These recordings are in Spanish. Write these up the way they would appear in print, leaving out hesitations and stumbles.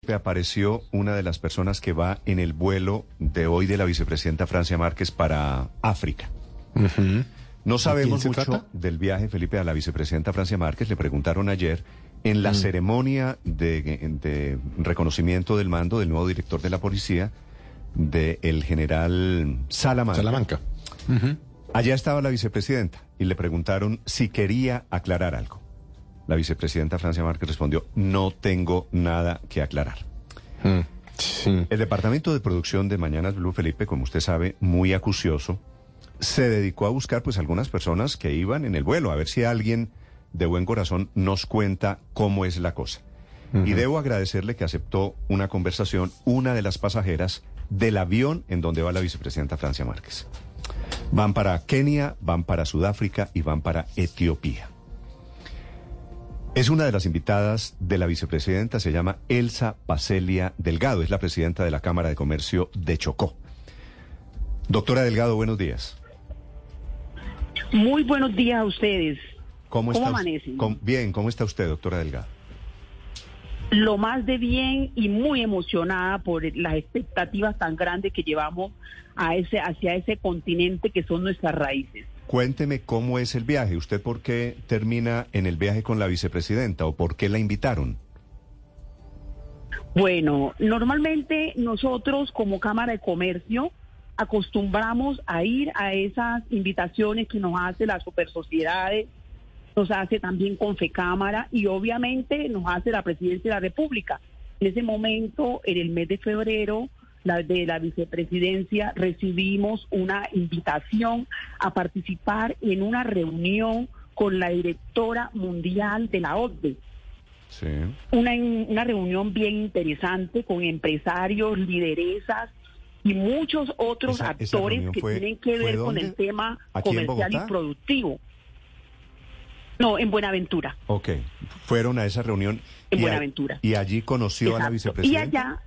Felipe, apareció una de las personas que va en el vuelo de hoy de la vicepresidenta Francia Márquez para África. Uh-huh. No sabemos ¿De quién se mucho trata? del viaje, Felipe, a la vicepresidenta Francia Márquez. Le preguntaron ayer en la ceremonia de reconocimiento del mando del nuevo director de la policía, del general Salamanca. Salamanca. Uh-huh. Allá estaba la vicepresidenta y le preguntaron si quería aclarar algo. La vicepresidenta Francia Márquez respondió: no tengo nada que aclarar. Sí. El departamento de producción de Mañanas Blue, Felipe, como usted sabe, muy acucioso, se dedicó a buscar pues algunas personas que iban en el vuelo, a ver si alguien de buen corazón nos cuenta cómo es la cosa. Uh-huh. Y debo agradecerle que aceptó una conversación, una de las pasajeras del avión en donde va la vicepresidenta Francia Márquez. Van para Kenia, van para Sudáfrica y van para Etiopía. Es una de las invitadas de la vicepresidenta, se llama Elsa Pacelia Delgado, es la presidenta de la Cámara de Comercio de Chocó. Doctora Delgado, buenos días. Muy buenos días a ustedes. ¿Cómo amanecen? Bien, ¿cómo está usted, doctora Delgado? Lo más de bien y muy emocionada por las expectativas tan grandes que llevamos hacia ese continente que son nuestras raíces. Cuénteme cómo es el viaje. ¿Usted por qué termina en el viaje con la vicepresidenta o por qué la invitaron? Bueno, normalmente nosotros como Cámara de Comercio acostumbramos a ir a esas invitaciones que nos hace las supersociedades, nos hace también Confecámara y obviamente nos hace la Presidencia de la República. En ese momento, en el mes de febrero, de la vicepresidencia, recibimos una invitación a participar en una reunión con la directora mundial de la OCDE. Sí. Una reunión bien interesante con empresarios, lideresas y muchos otros actores que tienen que ver con el tema comercial y productivo. No, en Buenaventura. Ok, fueron a esa reunión. En Buenaventura. Y allí conoció a la vicepresidenta. Y allá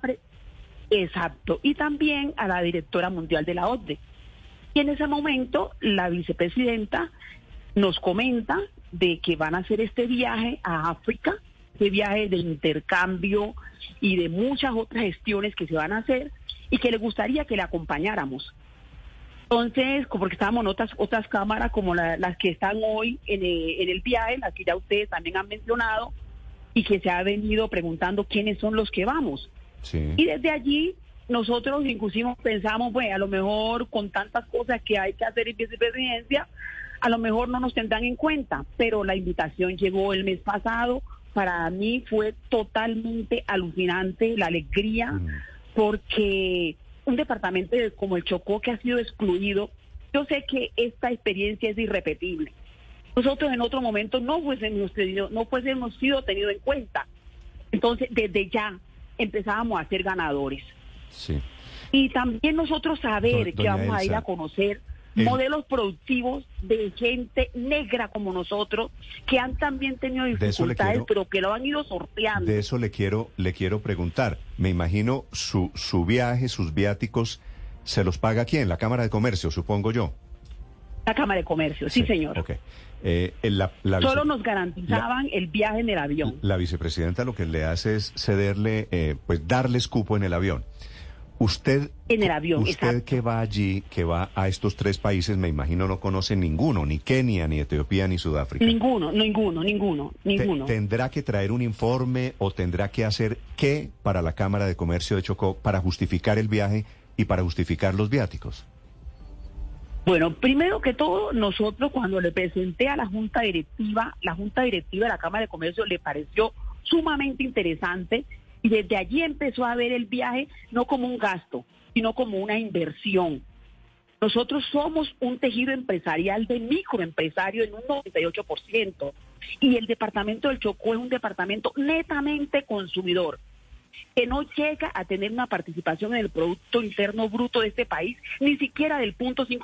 Exacto, y también a la directora mundial de la OCDE. Y en ese momento la vicepresidenta nos comenta de que van a hacer este viaje a África, este viaje de intercambio y de muchas otras gestiones que se van a hacer y que le gustaría que le acompañáramos. Entonces, porque estábamos en otras cámaras como las que están hoy en el viaje, las que ya ustedes también han mencionado, y que se ha venido preguntando quiénes son los que vamos. Sí. Y desde allí nosotros inclusive pensamos, bueno, a lo mejor con tantas cosas que hay que hacer en vicepresidencia, a lo mejor no nos tendrán en cuenta, pero la invitación llegó el mes pasado. Para mí fue totalmente alucinante la alegría, porque un departamento como el Chocó que ha sido excluido, yo sé que esta experiencia es irrepetible. Nosotros en otro momento no fuésemos sido tenido en cuenta. Entonces, desde ya empezábamos a ser ganadores. Sí. Y también nosotros saber que vamos a ir a conocer modelos productivos de gente negra como nosotros, que han también tenido dificultades, pero que lo han ido sorteando. De eso le quiero preguntar. Me imagino su viaje, sus viáticos, ¿se los paga quién? La Cámara de Comercio, supongo yo. La Cámara de Comercio, sí señor. Okay. Solo nos garantizaban el viaje en el avión. La vicepresidenta lo que le hace es cederle, darles cupo en el avión. Usted, en el avión, usted exacto. Que va allí, que va a estos tres países, me imagino no conoce ninguno, ni Kenia, ni Etiopía, ni Sudáfrica. Ninguno. ¿Tendrá que traer un informe o tendrá que hacer qué para la Cámara de Comercio de Chocó para justificar el viaje y para justificar los viáticos? Bueno, primero que todo, nosotros cuando le presenté a la Junta Directiva de la Cámara de Comercio le pareció sumamente interesante y desde allí empezó a ver el viaje no como un gasto, sino como una inversión. Nosotros somos un tejido empresarial de microempresarios en un 98% y el departamento del Chocó es un departamento netamente consumidor, que no llega a tener una participación en el Producto Interno Bruto de este país, ni siquiera del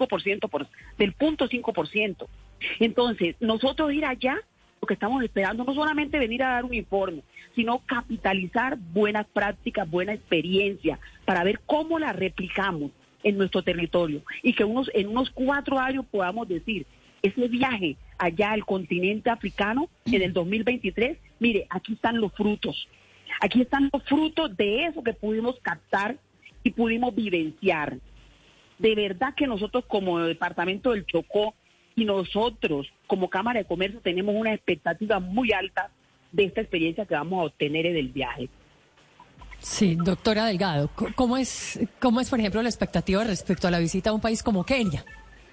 0.5%. Entonces, nosotros ir allá, lo que estamos esperando, no solamente venir a dar un informe, sino capitalizar buenas prácticas, buena experiencia, para ver cómo la replicamos en nuestro territorio, y que en unos 4 años podamos decir, ese viaje allá al continente africano, en el 2023, mire, aquí están los frutos. Aquí están los frutos de eso que pudimos captar y pudimos vivenciar. De verdad que nosotros como Departamento del Chocó y nosotros como Cámara de Comercio tenemos una expectativa muy alta de esta experiencia que vamos a obtener en el viaje. Sí, doctora Delgado, ¿cómo es, por ejemplo, la expectativa respecto a la visita a un país como Kenia?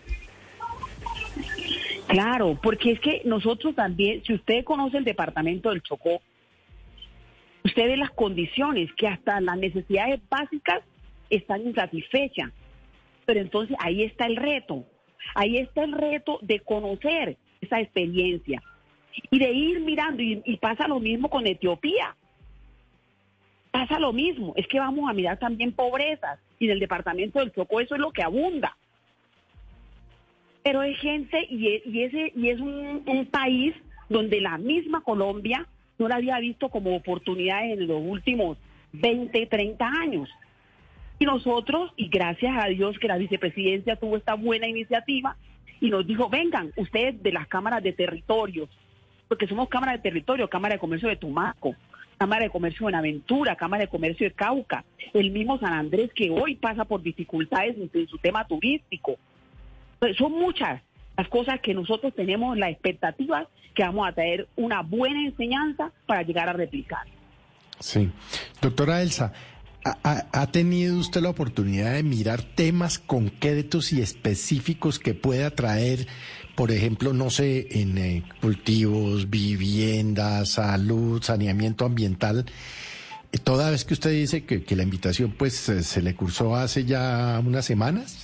Claro, porque es que nosotros también, si usted conoce el Departamento del Chocó, usted ve las condiciones que hasta las necesidades básicas están insatisfechas. Pero entonces ahí está el reto de conocer esa experiencia y de ir mirando, y pasa lo mismo con Etiopía. Pasa lo mismo, es que vamos a mirar también pobrezas, y en el Departamento del Chocó eso es lo que abunda. Pero es gente, y es un país donde la misma Colombia no la había visto como oportunidades en los últimos 20, 30 años. Y nosotros, y gracias a Dios que la vicepresidencia tuvo esta buena iniciativa y nos dijo, vengan ustedes de las cámaras de territorios, porque somos Cámara de Territorio, Cámara de Comercio de Tumaco, Cámara de Comercio de Buenaventura, Cámara de Comercio de Cauca, el mismo San Andrés que hoy pasa por dificultades en su tema turístico. Pues son muchas las cosas que nosotros tenemos la expectativa que vamos a traer una buena enseñanza para llegar a replicar. Sí. Doctora Elsa, ¿ha tenido usted la oportunidad de mirar temas concretos y específicos que pueda traer, por ejemplo, no sé, en cultivos, vivienda, salud, saneamiento ambiental? Toda vez que usted dice que la invitación pues se le cursó hace ya unas semanas.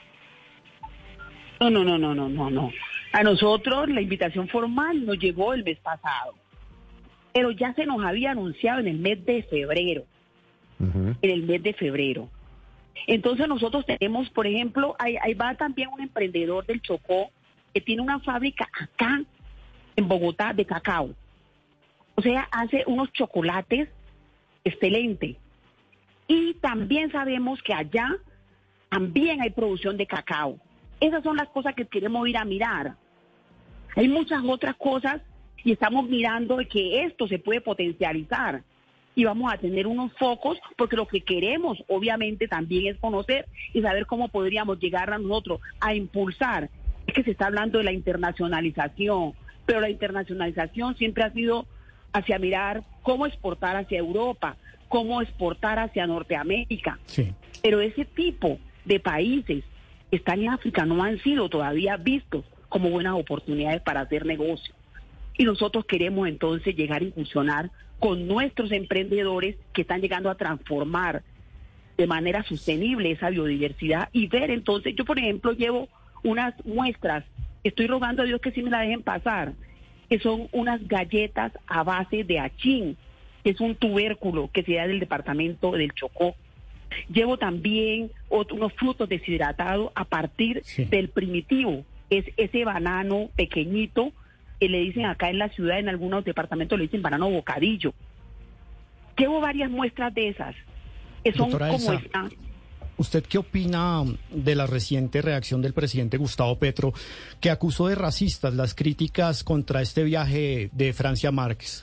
No. A nosotros la invitación formal nos llegó el mes pasado, pero ya se nos había anunciado en el mes de febrero. En el mes de febrero. Entonces nosotros tenemos, por ejemplo, ahí va también un emprendedor del Chocó que tiene una fábrica acá en Bogotá de cacao. O sea, hace unos chocolates excelentes. Y también sabemos que allá también hay producción de cacao. Esas son las cosas que queremos ir a mirar. Hay muchas otras cosas y estamos mirando que esto se puede potencializar. Y vamos a tener unos focos, porque lo que queremos, obviamente, también es conocer y saber cómo podríamos llegar a nosotros a impulsar. Es que se está hablando de la internacionalización, pero la internacionalización siempre ha sido hacia mirar cómo exportar hacia Europa, cómo exportar hacia Norteamérica. Sí. Pero ese tipo de países que están en África no han sido todavía vistos como buenas oportunidades para hacer negocio. Y nosotros queremos entonces llegar a incursionar con nuestros emprendedores que están llegando a transformar de manera sostenible esa biodiversidad y ver entonces, yo por ejemplo llevo unas muestras, estoy rogando a Dios que sí me la dejen pasar, que son unas galletas a base de achín, que es un tubérculo que se da del departamento del Chocó. Llevo también unos frutos deshidratados a partir del primitivo, es ese banano pequeñito, que le dicen acá en la ciudad, en algunos departamentos le dicen banano bocadillo. Llevo varias muestras de esas, que son Doctora como Elsa, esta. ¿usted qué opina de la reciente reacción del presidente Gustavo Petro, que acusó de racistas las críticas contra este viaje de Francia Márquez?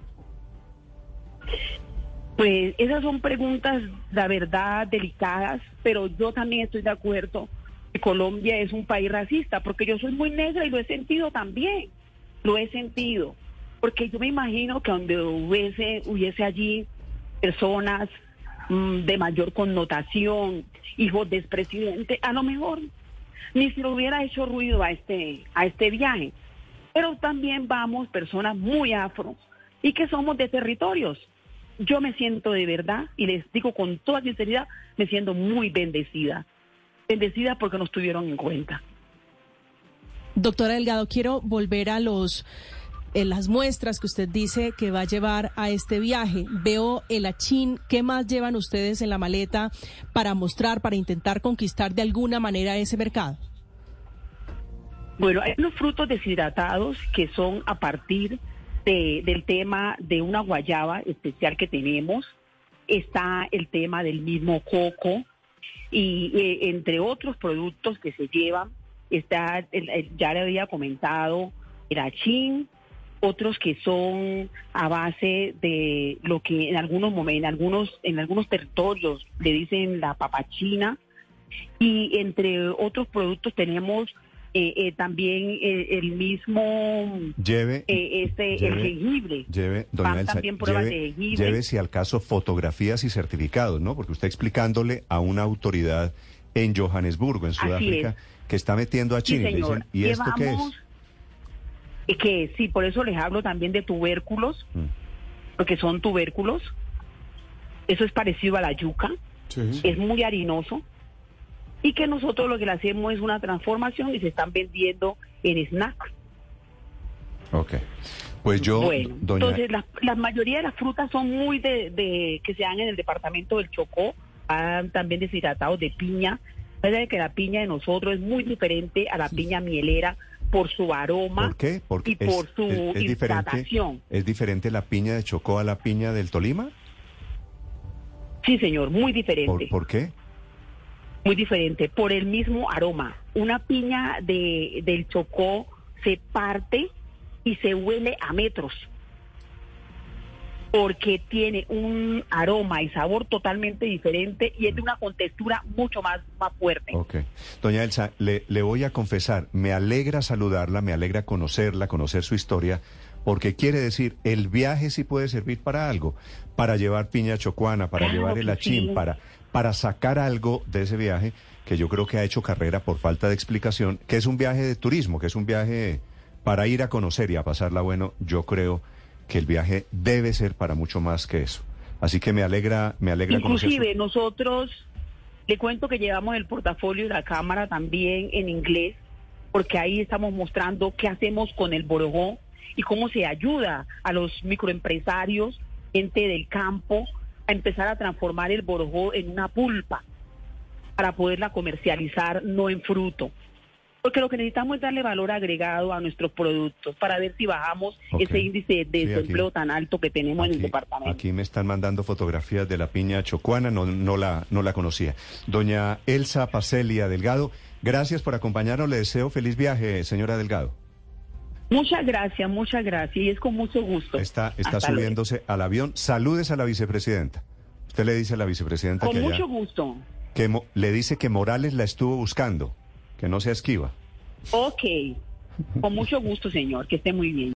Pues esas son preguntas, la verdad, delicadas, pero yo también estoy de acuerdo que Colombia es un país racista, porque yo soy muy negra y lo he sentido también. Lo he sentido, porque yo me imagino que donde hubiese allí personas de mayor connotación, hijos de expresidente, a lo mejor ni se lo hubiera hecho ruido a este viaje. Pero también vamos personas muy afro y que somos de territorios. Yo me siento de verdad, y les digo con toda sinceridad, me siento muy bendecida. Bendecida porque nos tuvieron en cuenta. Doctora Delgado, quiero volver a las muestras que usted dice que va a llevar a este viaje. Veo el achín. ¿Qué más llevan ustedes en la maleta para mostrar, para intentar conquistar de alguna manera ese mercado? Bueno, hay unos frutos deshidratados que son a partir del tema de una guayaba especial que tenemos. Está el tema del mismo coco y entre otros productos que se llevan. Está, ya le había comentado, el achín, otros que son a base de lo que en algunos territorios le dicen la papachina, y entre otros productos tenemos también el mismo el jengibre. Doña Elsa, también pruebas de jengibre. lleve si al caso fotografías y certificados, ¿no? Porque usted explicándole a una autoridad en Johannesburgo, en Sudáfrica, que está metiendo a China, sí, y le dicen, ¿y esto qué es? Que sí, por eso les hablo también de tubérculos, porque son tubérculos. Eso es parecido a la yuca, es muy harinoso, y que nosotros lo que le hacemos es una transformación y se están vendiendo en snacks. Ok. Pues yo, bueno, entonces la mayoría de las frutas son muy que se dan en el departamento del Chocó, también deshidratados de piña. Parece que la piña de nosotros es muy diferente a la piña mielera por su aroma. ¿Por qué? Porque y por su hidratación. ¿Es diferente la piña de Chocó a la piña del Tolima? Sí, señor, muy diferente. ¿Por qué? Muy diferente, por el mismo aroma. Una piña del Chocó se parte y se huele a metros, porque tiene un aroma y sabor totalmente diferente y es de una contextura mucho más fuerte. Ok. Doña Elsa, le voy a confesar, me alegra saludarla, me alegra conocerla, conocer su historia, porque quiere decir, el viaje sí puede servir para algo, para llevar piña chocuana, para llevar el achín, para sacar algo de ese viaje, que yo creo que ha hecho carrera por falta de explicación, que es un viaje de turismo, que es un viaje para ir a conocer y a pasarla bueno. Yo creo que el viaje debe ser para mucho más que eso. Así que me alegra inclusive nosotros, le cuento que llevamos el portafolio de la Cámara también en inglés, porque ahí estamos mostrando qué hacemos con el borojó y cómo se ayuda a los microempresarios, gente del campo, a empezar a transformar el borojó en una pulpa para poderla comercializar, no en fruto. Porque lo que necesitamos es darle valor agregado a nuestros productos para ver si bajamos ese índice de desempleo tan alto que tenemos en el departamento. Aquí me están mandando fotografías de la piña chocuana, no la conocía. Doña Elsa Pacelia Delgado, gracias por acompañarnos, le deseo feliz viaje, señora Delgado. Muchas gracias, y es con mucho gusto. Está subiéndose al avión, saludes a la vicepresidenta. Usted le dice a la vicepresidenta con mucho gusto. Que le dice que Morales la estuvo buscando, que no sea esquiva. Ok, con mucho gusto, señor, que esté muy bien.